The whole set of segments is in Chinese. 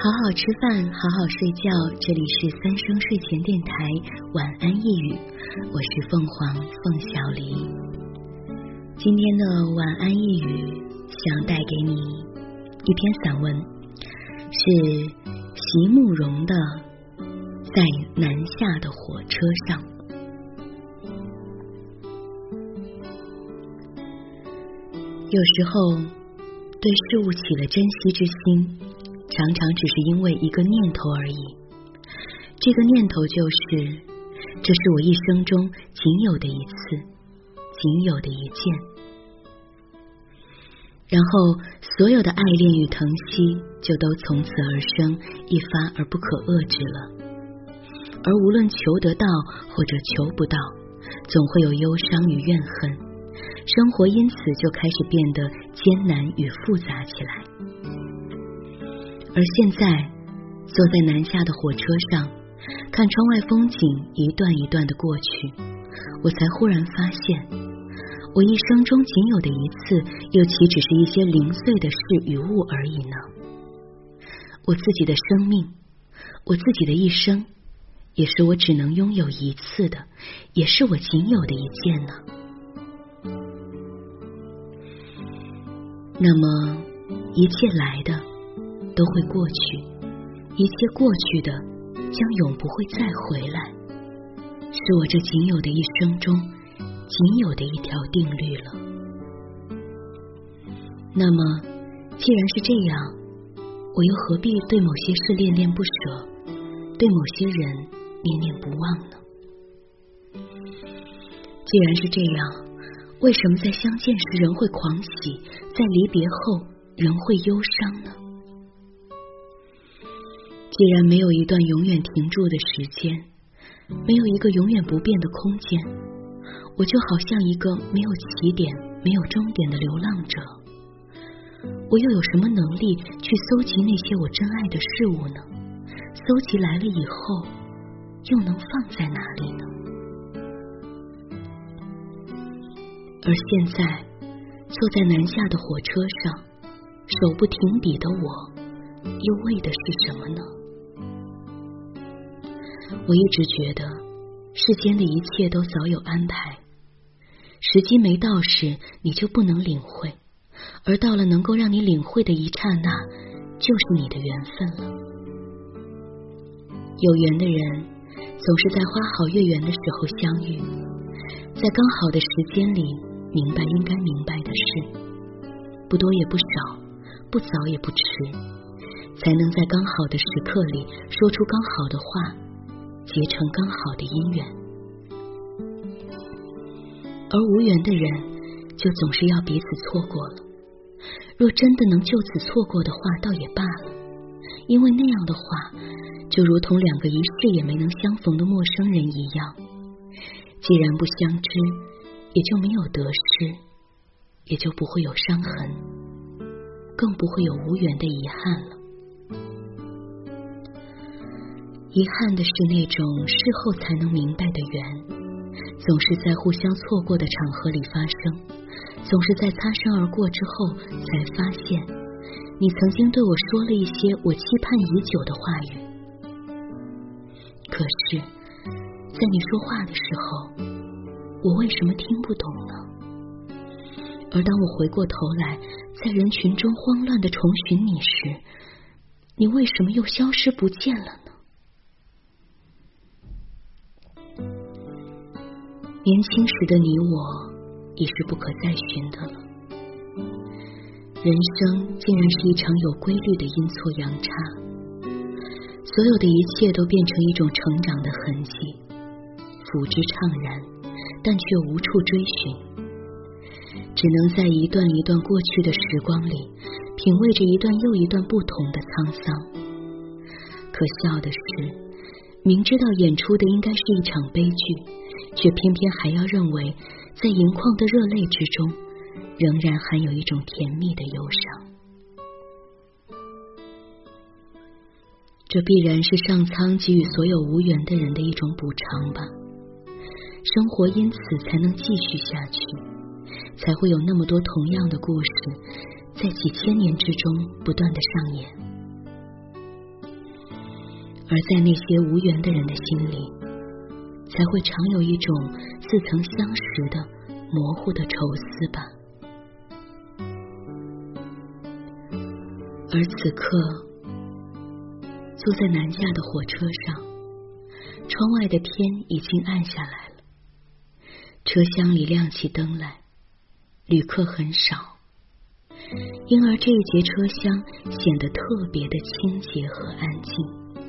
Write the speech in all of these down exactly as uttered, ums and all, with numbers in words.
好好吃饭，好好睡觉，这里是三生睡前电台晚安一语，我是凤凰凤小黎。今天的晚安一语想带给你一篇散文，是席慕容的在南下的火车上。有时候对事物起了珍惜之心，常常只是因为一个念头而已。这个念头就是，这是我一生中仅有的一次，仅有的一件。然后所有的爱恋与疼惜就都从此而生，一发而不可遏制了。而无论求得到或者求不到，总会有忧伤与怨恨，生活因此就开始变得艰难与复杂起来。而现在坐在南下的火车上，看窗外风景一段一段的过去，我才忽然发现，我一生中仅有的一次，又岂只是一些零碎的事与物而已呢？我自己的生命，我自己的一生，也是我只能拥有一次的，也是我仅有的一件呢。那么一切来的都会过去，一切过去的将永不会再回来，是我这仅有的一生中仅有的一条定律了。那么既然是这样，我又何必对某些事恋恋不舍，对某些人念念不忘呢？既然是这样，为什么在相见时人会狂喜，在离别后人会忧伤呢？既然没有一段永远停住的时间，没有一个永远不变的空间，我就好像一个没有起点没有终点的流浪者，我又有什么能力去搜集那些我珍爱的事物呢？搜集来了以后又能放在哪里呢？而现在坐在南下的火车上，手不停笔的我，又为的是什么呢？我一直觉得世间的一切都早有安排，时机没到时你就不能领会，而到了能够让你领会的一刹那，就是你的缘分了。有缘的人总是在花好月圆的时候相遇，在刚好的时间里明白应该明白的事，不多也不少，不早也不迟，才能在刚好的时刻里说出刚好的话，结成刚好的姻缘。而无缘的人就总是要彼此错过了，若真的能就此错过的话倒也罢了，因为那样的话就如同两个一世也没能相逢的陌生人一样，既然不相知，也就没有得失，也就不会有伤痕，更不会有无缘的遗憾了。遗憾的是那种事后才能明白的缘，总是在互相错过的场合里发生，总是在擦身而过之后才发现，你曾经对我说了一些我期盼已久的话语。可是在你说话的时候，我为什么听不懂呢？而当我回过头来，在人群中慌乱地重寻你时，你为什么又消失不见了呢？年轻时的你我已是不可再寻的了，人生竟然是一场有规律的阴错阳差，所有的一切都变成一种成长的痕迹，抚之怅然，但却无处追寻，只能在一段一段过去的时光里，品味着一段又一段不同的沧桑。可笑的是，明知道演出的应该是一场悲剧，却偏偏还要认为，在盈眶的热泪之中，仍然含有一种甜蜜的忧伤。这必然是上苍给予所有无缘的人的一种补偿吧。生活因此才能继续下去，才会有那么多同样的故事，在几千年之中不断的上演。 而在那些无缘的人的心里，才会常有一种似曾相识的模糊的愁思吧。而此刻，坐在南下的火车上，窗外的天已经暗下来了，车厢里亮起灯来，旅客很少，因而这一节车厢显得特别的清洁和安静。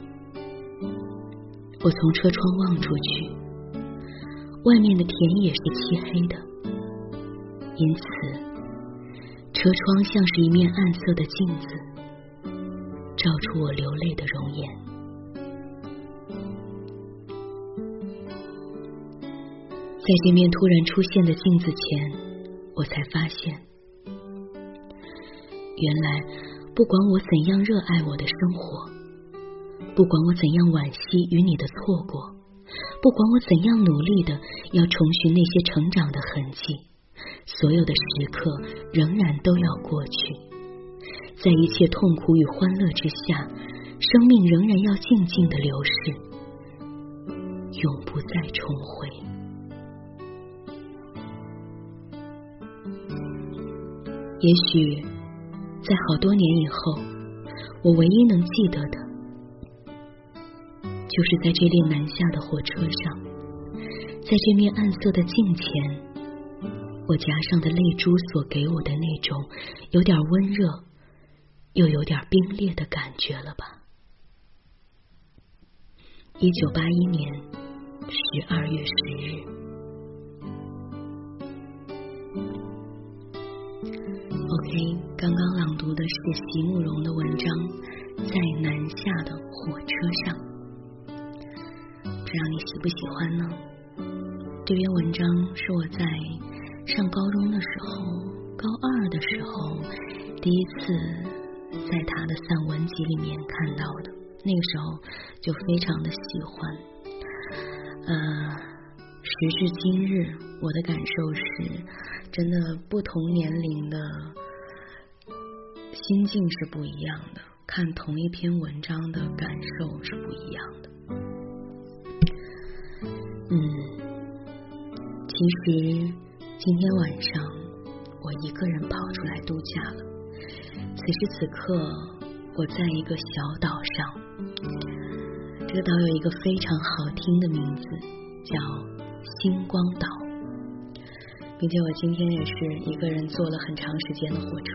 我从车窗望出去，外面的田野是漆黑的，因此车窗像是一面暗色的镜子，照出我流泪的容颜。在这面突然出现的镜子前，我才发现，原来不管我怎样热爱我的生活，不管我怎样惋惜与你的错过，不管我怎样努力的要重寻那些成长的痕迹，所有的时刻仍然都要过去。在一切痛苦与欢乐之下，生命仍然要静静的流逝，永不再重回。也许在好多年以后，我唯一能记得的，就是在这列南下的火车上，在这面暗色的镜前，我颊上的泪珠所给我的那种有点温热又有点冰冽的感觉了吧。一九八一年十二月十日。OK， 刚刚朗读的是席慕容的文章《在南下的火车上》，不知道你喜不喜欢呢？这篇文章是我在上高中的时候，高二的时候第一次在他的散文集里面看到的，那个时候就非常的喜欢。呃，时至今日，我的感受是，真的不同年龄的心境是不一样的，看同一篇文章的感受是不一样的。嗯，其实今天晚上我一个人跑出来度假了。此时此刻，我在一个小岛上，这个岛有一个非常好听的名字，叫星光岛，并且我今天也是一个人坐了很长时间的火车。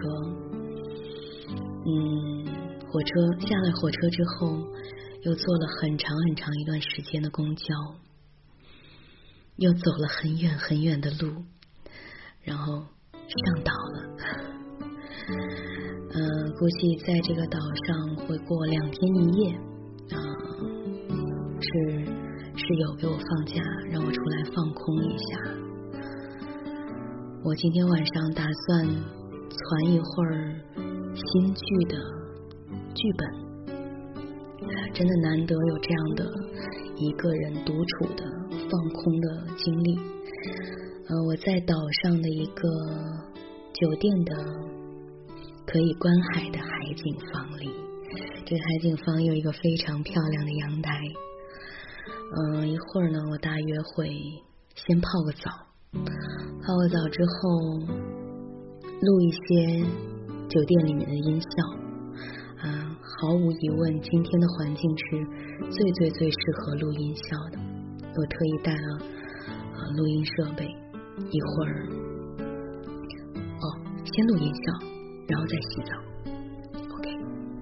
嗯，火车下了火车之后，又坐了很长很长一段时间的公交，又走了很远很远的路，然后上岛了。呃，估计在这个岛上会过两天一夜啊、呃，是室友给我放假，让我出来放空一下。我今天晚上打算传一会儿新剧的剧本，真的难得有这样的一个人独处的放空的经历。呃，我在岛上的一个酒店的可以观海的海景房里，这个海景房有一个非常漂亮的阳台。嗯、呃，一会儿呢，我大约会先泡个澡，泡个澡之后录一些酒店里面的音效。啊、呃，毫无疑问，今天的环境是最最最适合录音效的。我特意带了呃录音设备，一会儿哦，先录音效，然后再洗澡。OK，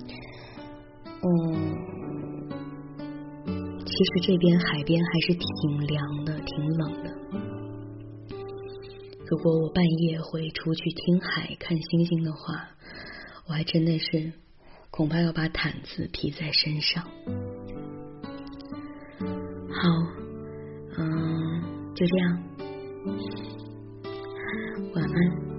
嗯，其实这边海边还是挺凉的，挺冷的。如果我半夜会出去听海看星星的话，我还真的是恐怕要把毯子披在身上。好，嗯，就这样，晚安。